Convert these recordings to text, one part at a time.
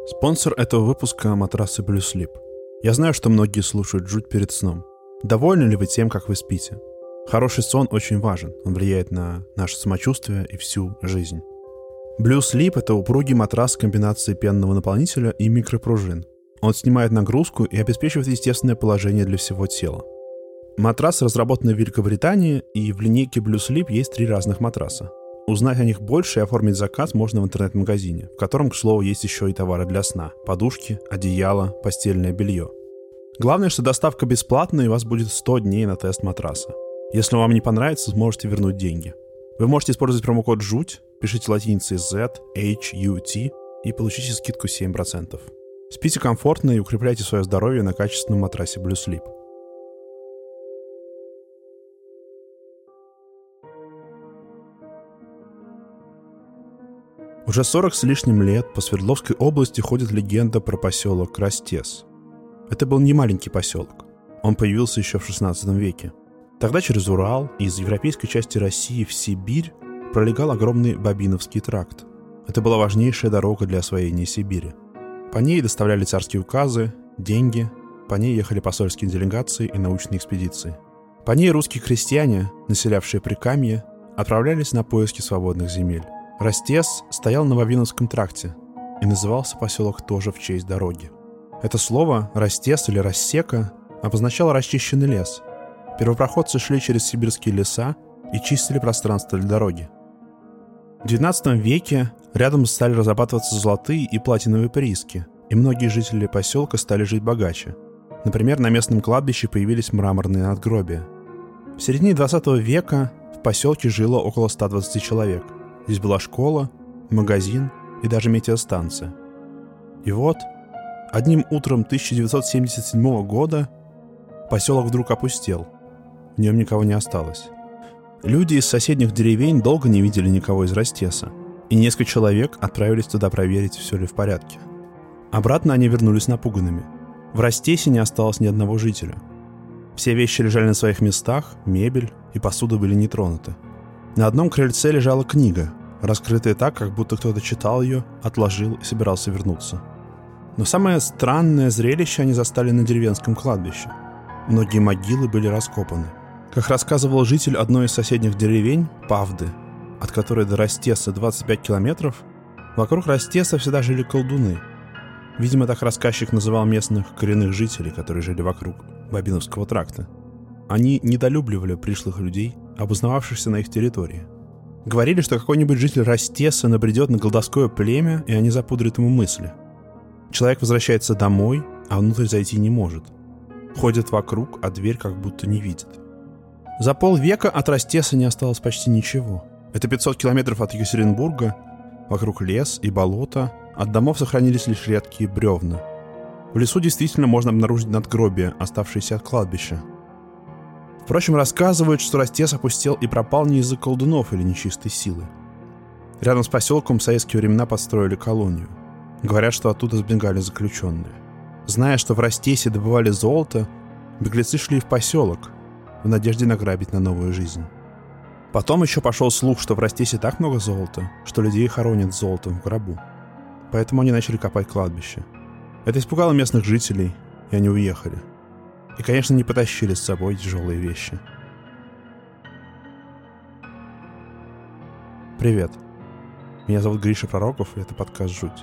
Спонсор этого выпуска — матрасы Blue Sleep. Я знаю, что многие слушают жуть перед сном. Довольны ли вы тем, как вы спите? Хороший сон очень важен. Он влияет на наше самочувствие и всю жизнь. Blue Sleep — это упругий матрас с комбинацией пенного наполнителя и микропружин. Он снимает нагрузку и обеспечивает естественное положение для всего тела. Матрас разработан в Великобритании, и в линейке Blue Sleep есть 3 разных матраса. Узнать о них больше и оформить заказ можно в интернет-магазине, в котором, к слову, есть еще и товары для сна: подушки, одеяло, постельное белье. Главное, что доставка бесплатная, и у вас будет 100 дней на тест матраса. Если вам не понравится, сможете вернуть деньги. Вы можете использовать промокод ЖУТЬ, пишите латиницей Z, H, U, T и получите скидку 7%. Спите комфортно и укрепляйте свое здоровье на качественном матрасе Blue Sleep. Уже 40 с лишним лет по Свердловской области ходит легенда про поселок Растес. Это был не маленький поселок. Он появился еще в 16 веке. Тогда через Урал из европейской части России в Сибирь пролегал огромный Бобиновский тракт. Это была важнейшая дорога для освоения Сибири. По ней доставляли царские указы, деньги, по ней ехали посольские делегации и научные экспедиции. По ней русские крестьяне, населявшие Прикамье, отправлялись на поиски свободных земель. Растес стоял на Бобиновском тракте, и назывался поселок тоже в честь дороги. Это слово «растес» или «рассека» обозначало расчищенный лес. Первопроходцы шли через сибирские леса и чистили пространство для дороги. В XIX веке рядом стали разрабатываться золотые и платиновые прииски, и многие жители поселка стали жить богаче. Например, на местном кладбище появились мраморные надгробия. В середине XX века в поселке жило около 120 человек. Здесь была школа, магазин и даже метеостанция. И вот, одним утром 1977 года поселок вдруг опустел. В нем никого не осталось. Люди из соседних деревень долго не видели никого из Растеса, и несколько человек отправились туда проверить, все ли в порядке. Обратно они вернулись напуганными. В Растесе не осталось ни одного жителя. Все вещи лежали на своих местах, мебель и посуда были не тронуты. На одном крыльце лежала книга, раскрытая так, как будто кто-то читал ее, отложил и собирался вернуться. Но самое странное зрелище они застали на деревенском кладбище. Многие могилы были раскопаны. Как рассказывал житель одной из соседних деревень, Павды, от которой до Растеса 25 километров, вокруг Растеса всегда жили колдуны. Видимо, так рассказчик называл местных коренных жителей, которые жили вокруг Бобиновского тракта. Они недолюбливали пришлых людей, обосновавшихся на их территории. Говорили, что какой-нибудь житель Растеса набредет на колдовское племя, и они запудрят ему мысли. Человек возвращается домой, а внутрь зайти не может. Ходит вокруг, а дверь как будто не видит. За полвека от Растеса не осталось почти ничего. Это 500 километров от Екатеринбурга, вокруг лес и болото, от домов сохранились лишь редкие бревна. В лесу действительно можно обнаружить надгробия, оставшиеся от кладбища. Впрочем, рассказывают, что Растес опустел и пропал не из-за колдунов или нечистой силы. Рядом с поселком в советские времена построили колонию. Говорят, что оттуда сбегали заключенные. Зная, что в Растесе добывали золото, беглецы шли в поселок в надежде награбить на новую жизнь. Потом еще пошел слух, что в Растесе так много золота, что людей хоронят с золотом в гробу. Поэтому они начали копать кладбище. Это испугало местных жителей, и они уехали. И, конечно, не потащили с собой тяжелые вещи. Привет. Меня зовут Гриша Пророков, и это подкаст «Жуть».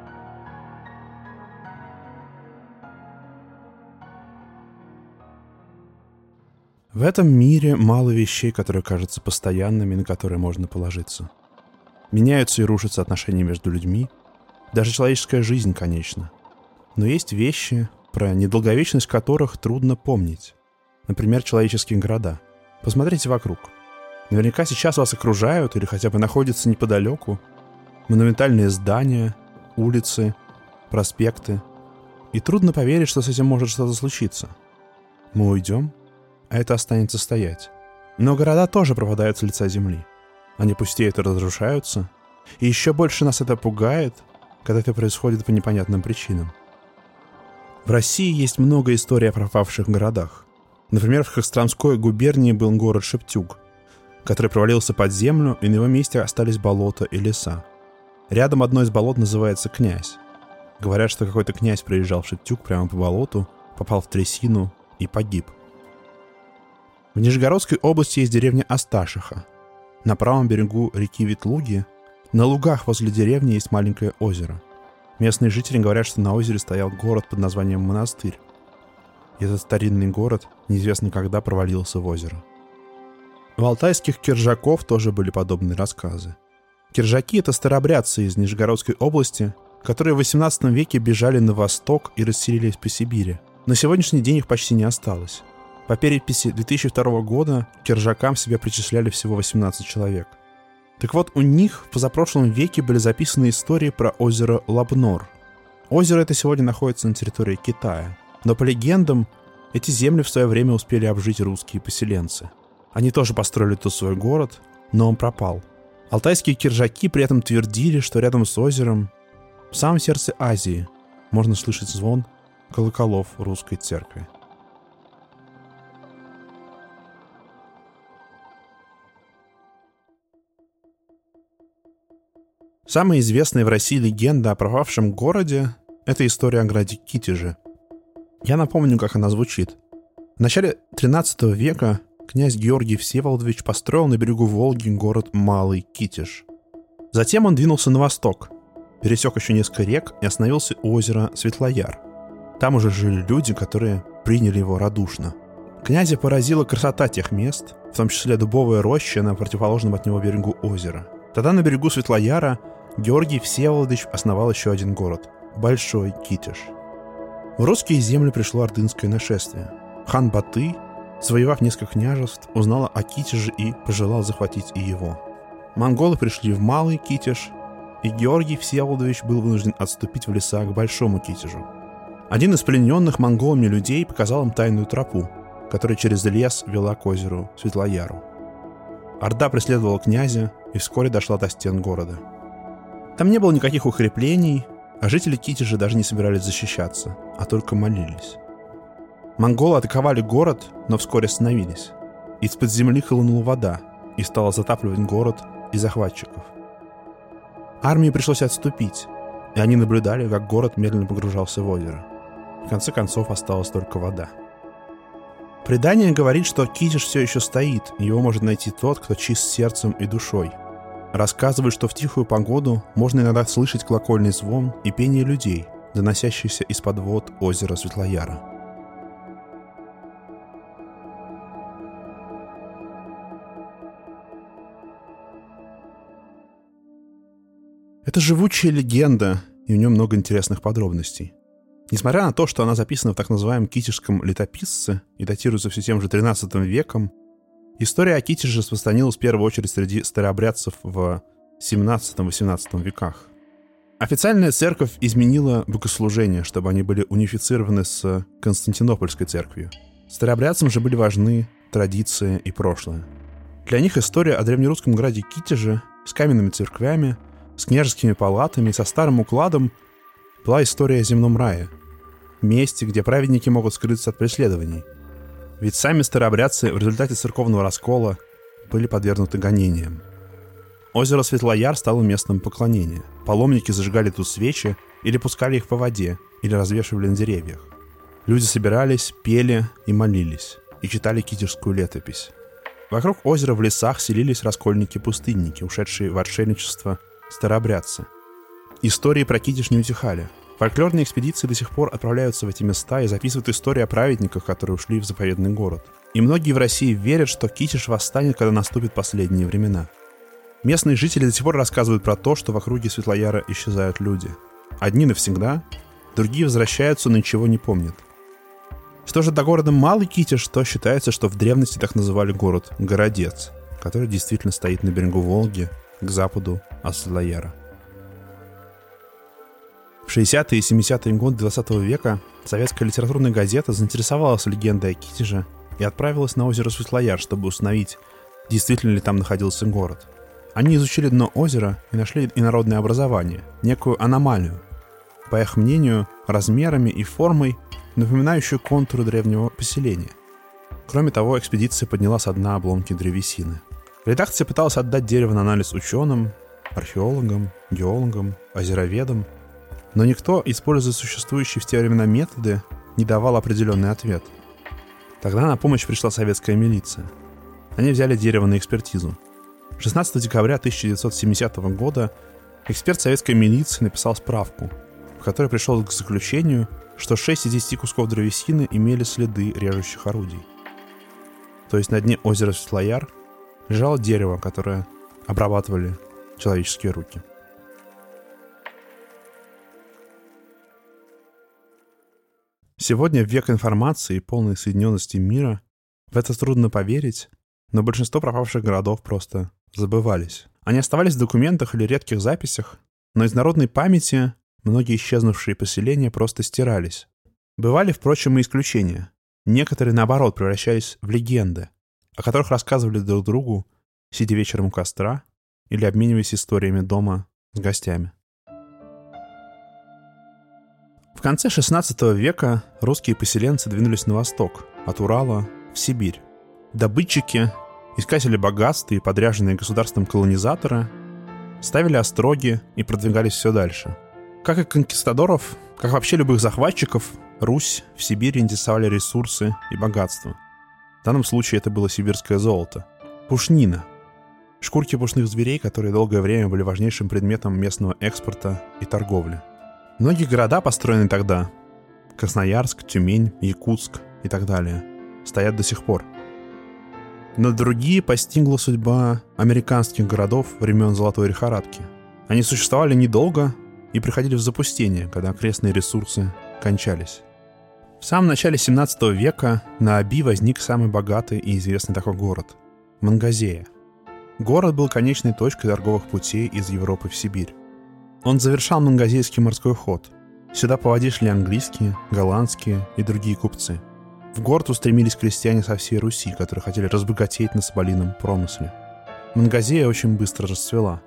В этом мире мало вещей, которые кажутся постоянными, на которые можно положиться. Меняются и рушатся отношения между людьми. Даже человеческая жизнь конечна. Но есть вещи, про недолговечность которых трудно помнить. Например, человеческие города. Посмотрите вокруг. Наверняка сейчас вас окружают или хотя бы находятся неподалеку монументальные здания, улицы, проспекты. И трудно поверить, что с этим может что-то случиться. Мы уйдем, а это останется стоять. Но города тоже пропадают с лица земли. Они пустеют и разрушаются. И еще больше нас это пугает, когда это происходит по непонятным причинам. В России есть много историй о пропавших городах. Например, в Костромской губернии был город Шептюг, который провалился под землю, и на его месте остались болота и леса. Рядом одно из болот называется Князь. Говорят, что какой-то князь приезжал в Шептюк прямо по болоту, попал в трясину и погиб. В Нижегородской области есть деревня Асташиха. На правом берегу реки Ветлуги, на лугах возле деревни есть маленькое озеро. Местные жители говорят, что на озере стоял город под названием Монастырь. И этот старинный город неизвестно когда провалился в озеро. У алтайских киржаков тоже были подобные рассказы. Киржаки — это старообрядцы из Нижегородской области, которые в XVIII веке бежали на восток и расселились по Сибири. На сегодняшний день их почти не осталось. По переписи 2002 года к киржакам себя причисляли всего 18 человек. Так вот, у них в позапрошлом веке были записаны истории про озеро Лабнор. Озеро это сегодня находится на территории Китая. Но по легендам, эти земли в свое время успели обжить русские поселенцы. Они тоже построили тут свой город, но он пропал. Алтайские киржаки при этом твердили, что рядом с озером, в самом сердце Азии, можно слышать звон колоколов русской церкви. Самая известная в России легенда о пропавшем городе — это история о городе Китеже. Я напомню, как она звучит. В начале XIII века князь Георгий Всеволодович построил на берегу Волги город Малый Китеж. Затем он двинулся на восток, пересек еще несколько рек и остановился у озера Светлояр. Там уже жили люди, которые приняли его радушно. Князя поразила красота тех мест, в том числе дубовая роща на противоположном от него берегу озера. Тогда на берегу Светлояра Георгий Всеволодович основал еще один город – Большой Китеж. В русские земли пришло ордынское нашествие. Хан Баты, завоевав несколько княжеств, узнал о Китеже и пожелал захватить и его. Монголы пришли в Малый Китеж, и Георгий Всеволодович был вынужден отступить в леса к Большому Китежу. Один из плененных монголами людей показал им тайную тропу, которая через лес вела к озеру Светлояру. Орда преследовала князя и вскоре дошла до стен города. Там не было никаких укреплений, а жители Китежа даже не собирались защищаться, а только молились. Монголы атаковали город, но вскоре остановились. Из-под земли хлынула вода и стала затапливать город и захватчиков. Армии пришлось отступить, и они наблюдали, как город медленно погружался в озеро. В конце концов осталась только вода. Предание говорит, что Китеж все еще стоит, и его может найти тот, кто чист сердцем и душой. Рассказывают, что в тихую погоду можно иногда слышать колокольный звон и пение людей, доносящиеся из-под вод озера Светлояра. Это живучая легенда, и в нем много интересных подробностей. Несмотря на то, что она записана в так называемом китежском летописце и датируется все тем же XIII веком, история о Китеже распространилась в первую очередь среди старообрядцев в XVII-XVIII веках. Официальная церковь изменила богослужения, чтобы они были унифицированы с Константинопольской церковью. Старообрядцам же были важны традиции и прошлое. Для них история о древнерусском городе Китеже с каменными церквями, с княжескими палатами, со старым укладом была история о земном рае, месте, где праведники могут скрыться от преследований. Ведь сами старообрядцы в результате церковного раскола были подвергнуты гонениям. Озеро Светлояр стало местом поклонения. Паломники зажигали тут свечи или пускали их по воде, или развешивали на деревьях. Люди собирались, пели и молились, и читали китежскую летопись. Вокруг озера в лесах селились раскольники-пустынники, ушедшие в отшельничество старообрядцы. Истории про Китеж не утихали. Фольклорные экспедиции до сих пор отправляются в эти места и записывают истории о праведниках, которые ушли в заповедный город. И многие в России верят, что Китеж восстанет, когда наступят последние времена. Местные жители до сих пор рассказывают про то, что в округе Светлояра исчезают люди. Одни навсегда, другие возвращаются, но ничего не помнят. Что же до города Малый Китеж, то считается, что в древности так называли город Городец, который действительно стоит на берегу Волги, к западу от Светлояра. В 60-е и 70-е годы 20 века советская литературная газета заинтересовалась легендой о Китеже и отправилась на озеро Светлояр, чтобы установить, действительно ли там находился город. Они изучили дно озера и нашли инородное образование, некую аномалию, по их мнению, размерами и формой, напоминающую контуры древнего поселения. Кроме того, экспедиция подняла со дна обломки древесины. Редакция пыталась отдать дерево на анализ ученым, археологам, геологам, озероведам, Но никто, используя существующие в те времена методы, не давал определенный ответ. Тогда на помощь пришла советская милиция. Они взяли дерево на экспертизу. 16 декабря 1970 года эксперт советской милиции написал справку, в которой пришел к заключению, что 6 из 10 кусков древесины имели следы режущих орудий. То есть на дне озера Светлояр лежало дерево, которое обрабатывали человеческие руки. Сегодня, в век информации и полной соединенности мира, в это трудно поверить, но большинство пропавших городов просто забывались. Они оставались в документах или редких записях, но из народной памяти многие исчезнувшие поселения просто стирались. Бывали, впрочем, и исключения. Некоторые, наоборот, превращались в легенды, о которых рассказывали друг другу, сидя вечером у костра или обмениваясь историями дома с гостями. В конце XVI века русские поселенцы двинулись на восток, от Урала в Сибирь. Добытчики, искатели богатств и подряженные государством колонизаторы ставили остроги и продвигались все дальше. Как и конкистадоров, как вообще любых захватчиков, Русь в Сибири интересовали ресурсы и богатства. В данном случае это было сибирское золото. Пушнина. Шкурки пушных зверей, которые долгое время были важнейшим предметом местного экспорта и торговли. Многие города, построенные тогда, Красноярск, Тюмень, Якутск и так далее, стоят до сих пор. Но другие постигла судьба американских городов времен Золотой лихорадки. Они существовали недолго и приходили в запустение, когда окрестные ресурсы кончались. В самом начале 17 века на Оби возник самый богатый и известный такой город – Мангазея. Город был конечной точкой торговых путей из Европы в Сибирь. Он завершал Мангазейский морской ход. Сюда по воде шли английские, голландские и другие купцы. В город устремились крестьяне со всей Руси, которые хотели разбогатеть на соболином промысле. Мангазея очень быстро расцвела.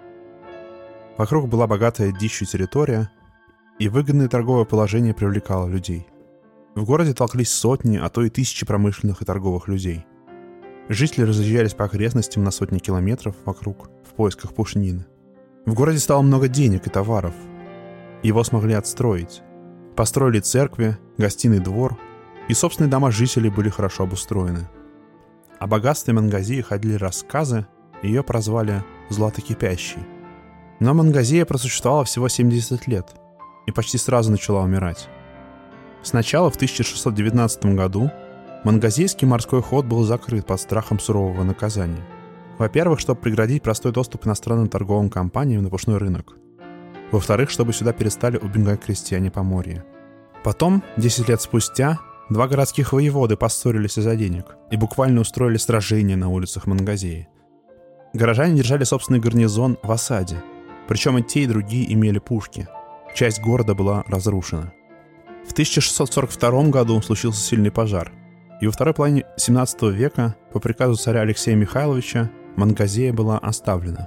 Вокруг была богатая дичью территория, и выгодное торговое положение привлекало людей. В городе толклись сотни, а то и тысячи промышленных и торговых людей. Жители разъезжались по окрестностям на сотни километров вокруг в поисках пушнины. В городе стало много денег и товаров. Его смогли отстроить. Построили церкви, гостиный двор, и собственные дома жителей были хорошо обустроены. О богатстве Мангазеи ходили рассказы, ее прозвали «златокипящей». Но Мангазея просуществовала всего 70 лет и почти сразу начала умирать. Сначала, в 1619 году, Мангазейский морской ход был закрыт под страхом сурового наказания. Во-первых, чтобы преградить простой доступ иностранным торговым компаниям на пушной рынок. Во-вторых, чтобы сюда перестали убегать крестьяне Поморья. Потом, 10 лет спустя, два городских воеводы поссорились из-за денег и буквально устроили сражение на улицах Мангазеи. Горожане держали собственный гарнизон в осаде, причем и те, и другие имели пушки. Часть города была разрушена. В 1642 году случился сильный пожар, и во второй половине 17 века по приказу царя Алексея Михайловича Мангазея была оставлена.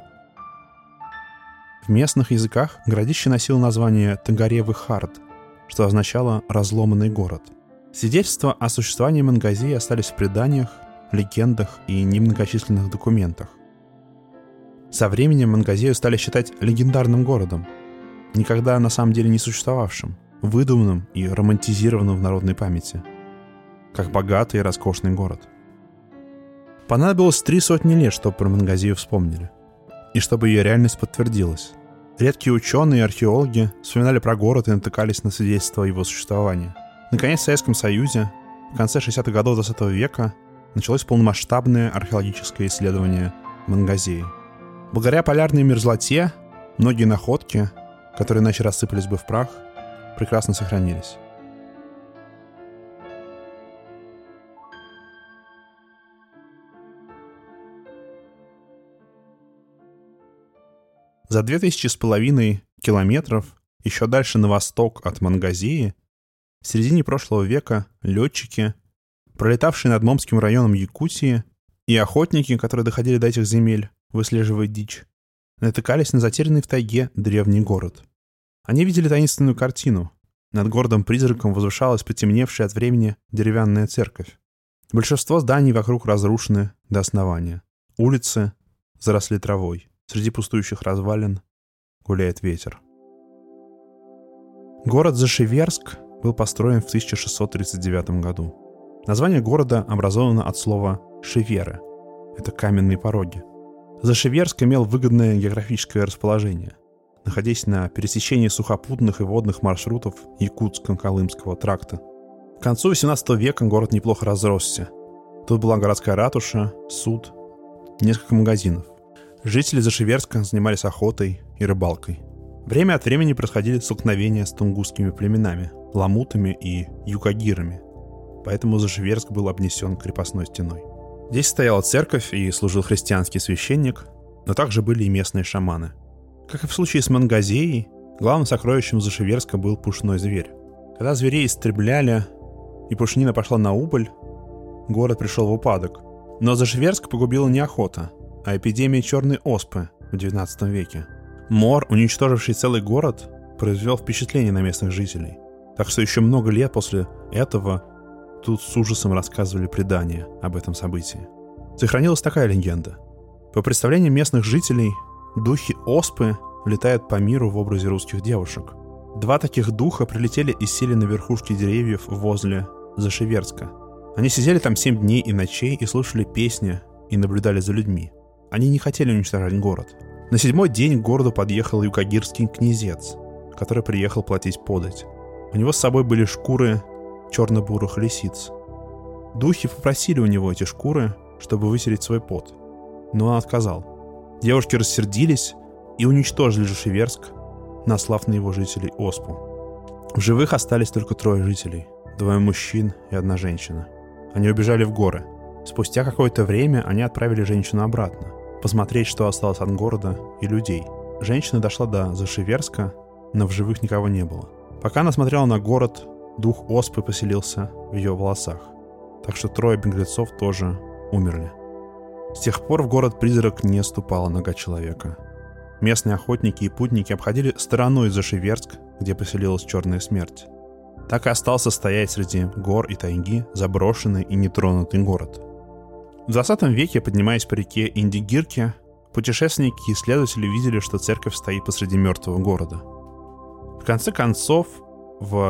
В местных языках городище носило название Тагаревы-Хард, что означало «разломанный город». Свидетельства о существовании Мангазеи остались в преданиях, легендах и немногочисленных документах. Со временем Мангазею стали считать легендарным городом, никогда на самом деле не существовавшим, выдуманным и романтизированным в народной памяти, как богатый и роскошный город. Понадобилось 300 лет, чтобы про Мангазею вспомнили, и чтобы ее реальность подтвердилась. Редкие ученые и археологи вспоминали про город и натыкались на свидетельства его существования. Наконец, в Советском Союзе в конце 60-х годов 20 века началось полномасштабное археологическое исследование Мангазеи. Благодаря полярной мерзлоте многие находки, которые иначе рассыпались бы в прах, прекрасно сохранились. За 2500 километров еще дальше на восток от Мангазеи в середине прошлого века летчики, пролетавшие над Момским районом Якутии, и охотники, которые доходили до этих земель, выслеживая дичь, натыкались на затерянный в тайге древний город. Они видели таинственную картину. Над городом-призраком возвышалась потемневшая от времени деревянная церковь. Большинство зданий вокруг разрушены до основания. Улицы заросли травой. Среди пустующих развалин гуляет ветер. Город Зашеверск был построен в 1639 году. Название города образовано от слова «шеверы». Это каменные пороги. Зашеверск имел выгодное географическое расположение, находясь на пересечении сухопутных и водных маршрутов Якутско-Колымского тракта. К концу XVIII века город неплохо разросся. Тут была городская ратуша, суд, несколько магазинов. Жители Зашеверска занимались охотой и рыбалкой. Время от времени происходили столкновения с тунгусскими племенами, ламутами и юкагирами, поэтому Зашеверск был обнесен крепостной стеной. Здесь стояла церковь и служил христианский священник, но также были и местные шаманы. Как и в случае с Мангазеей, главным сокровищем Зашеверска был пушной зверь. Когда зверей истребляли и пушнина пошла на убыль, город пришел в упадок. Но Зашеверск погубила не охота, а эпидемия черной оспы в XIX веке. Мор, уничтоживший целый город, произвел впечатление на местных жителей. Так что еще много лет после этого тут с ужасом рассказывали предания об этом событии. Сохранилась такая легенда. По представлениям местных жителей, духи оспы летают по миру в образе русских девушек. 2 таких духа прилетели и сели на верхушки деревьев возле Зашеверска. Они сидели там 7 дней и ночей и слушали песни и наблюдали за людьми. Они не хотели уничтожать город. На 7-й день к городу подъехал юкагирский князец, который приехал платить подать. У него с собой были шкуры черно-бурых лисиц. Духи попросили у него эти шкуры, чтобы вытереть свой пот, но он отказал. Девушки рассердились и уничтожили Зашеверск, наслав на его жителей оспу. В живых остались только 3 жителей, 2 мужчин и 1 женщина. Они убежали в горы. Спустя какое-то время они отправили женщину обратно, посмотреть, что осталось от города и людей. Женщина дошла до Зашеверска, но в живых никого не было. Пока она смотрела на город, дух оспы поселился в ее волосах. Так что 3 беглецов тоже умерли. С тех пор в город-призрак не ступала нога человека. Местные охотники и путники обходили стороной Зашеверск, где поселилась черная смерть. Так и остался стоять среди гор и тайги заброшенный и нетронутый город. В 20 веке, поднимаясь по реке Индигирки, путешественники и исследователи видели, что церковь стоит посреди мертвого города. В конце концов, в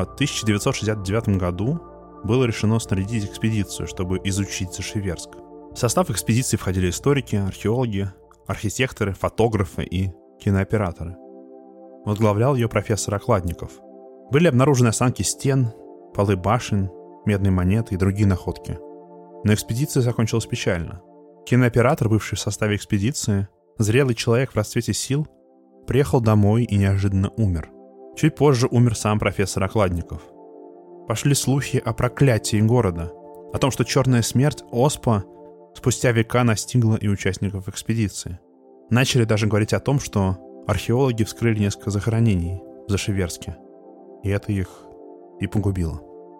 1969 году было решено снарядить экспедицию, чтобы изучить Зашеверск. В состав экспедиции входили историки, археологи, архитекторы, фотографы и кинооператоры. Возглавлял ее профессор Окладников. Были обнаружены останки стен, полы башен, медные монеты и другие находки. Но экспедиция закончилась печально. Кинооператор, бывший в составе экспедиции, зрелый человек в расцвете сил, приехал домой и неожиданно умер. Чуть позже умер сам профессор Окладников. Пошли слухи о проклятии города, о том, что черная смерть, оспа, спустя века настигла и участников экспедиции. Начали даже говорить о том, что археологи вскрыли несколько захоронений в Зашеверске, и это их и погубило.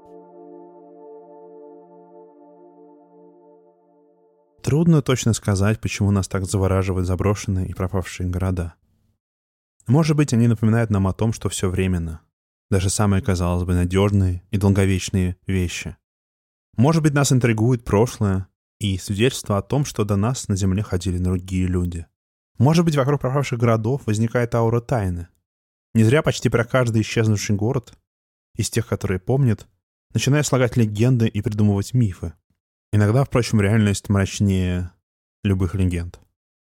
Трудно точно сказать, почему нас так завораживают заброшенные и пропавшие города. Может быть, они напоминают нам о том, что все временно. Даже самые, казалось бы, надежные и долговечные вещи. Может быть, нас интригует прошлое и свидетельство о том, что до нас на земле ходили другие люди. Может быть, вокруг пропавших городов возникает аура тайны. Не зря почти про каждый исчезнувший город, из тех, которые помнят, начинают слагать легенды и придумывать мифы. Иногда, впрочем, реальность мрачнее любых легенд.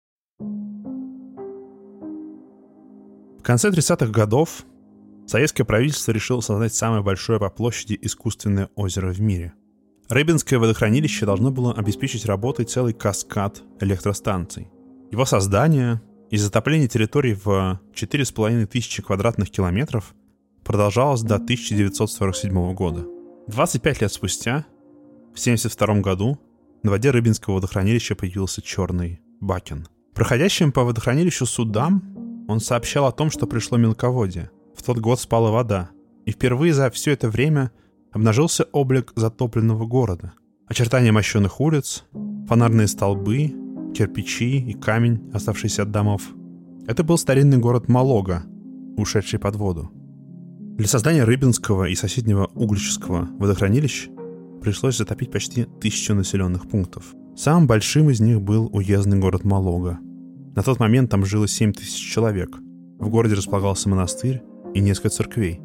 В конце 30-х годов советское правительство решило создать самое большое по площади искусственное озеро в мире. Рыбинское водохранилище должно было обеспечить работой целый каскад электростанций. Его создание и затопление территорий в 4500 квадратных километров продолжалось до 1947 года. 25 лет спустя, в 1972 году, на воде Рыбинского водохранилища появился черный бакен. Проходящим по водохранилищу судам он сообщал о том, что пришло мелководье. В тот год спала вода, и впервые за все это время обнажился облик затопленного города. Очертания мощенных улиц, фонарные столбы, кирпичи и камень, оставшийся от домов. Это был старинный город Малога, ушедший под воду. Для создания Рыбинского и соседнего Угличского водохранилищ пришлось затопить почти 1000 населенных пунктов. Самым большим из них был уездный город Малога. На тот момент там жило 7000 человек. В городе располагался монастырь и несколько церквей.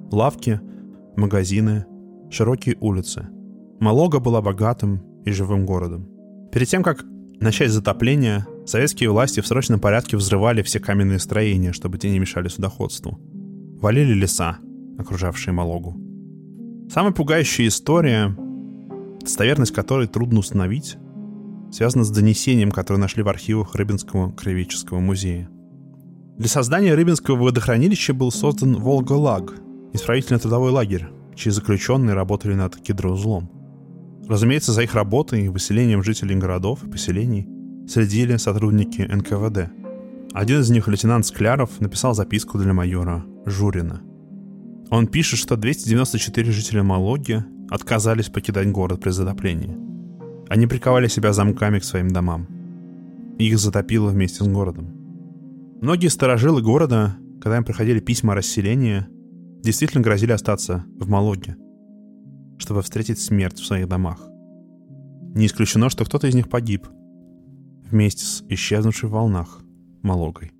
Лавки, магазины, широкие улицы. Малога была богатым и живым городом. Перед тем, как начать затопление, советские власти в срочном порядке взрывали все каменные строения, чтобы те не мешали судоходству. Валили леса, окружавшие Малогу. Самая пугающая история, достоверность которой трудно установить, связана с донесением, которое нашли в архивах Рыбинского краеведческого музея. Для создания Рыбинского водохранилища был создан Волга-Лаг, исправительно-трудовой лагерь, чьи заключенные работали над гидроузлом. Разумеется, за их работой и выселением жителей городов и поселений следили сотрудники НКВД. Один из них, лейтенант Скляров, написал записку для майора Журина. Он пишет, что 294 жителя Малоги отказались покидать город при затоплении. Они приковали себя замками к своим домам. Их затопило вместе с городом. Многие старожилы города, когда им приходили письма о расселении, действительно грозили остаться в Малоге, чтобы встретить смерть в своих домах. Не исключено, что кто-то из них погиб вместе с исчезнувшей в волнах Малогой.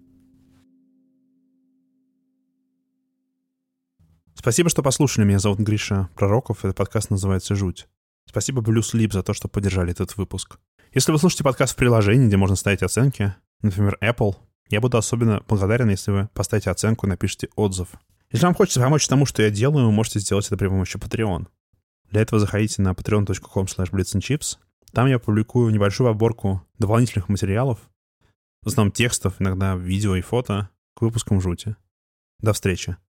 Спасибо, что послушали. Меня зовут Гриша Пророков. Этот подкаст называется «Жуть». Спасибо Blue Sleep за то, что поддержали этот выпуск. Если вы слушаете подкаст в приложении, где можно ставить оценки, например, Apple, я буду особенно благодарен, если вы поставите оценку и напишите отзыв. Если вам хочется помочь тому, что я делаю, вы можете сделать это при помощи Patreon. Для этого заходите на patreon.com/blitzandchips. Там я публикую небольшую подборку дополнительных материалов, в основном текстов, иногда видео и фото, к выпускам «Жути». До встречи.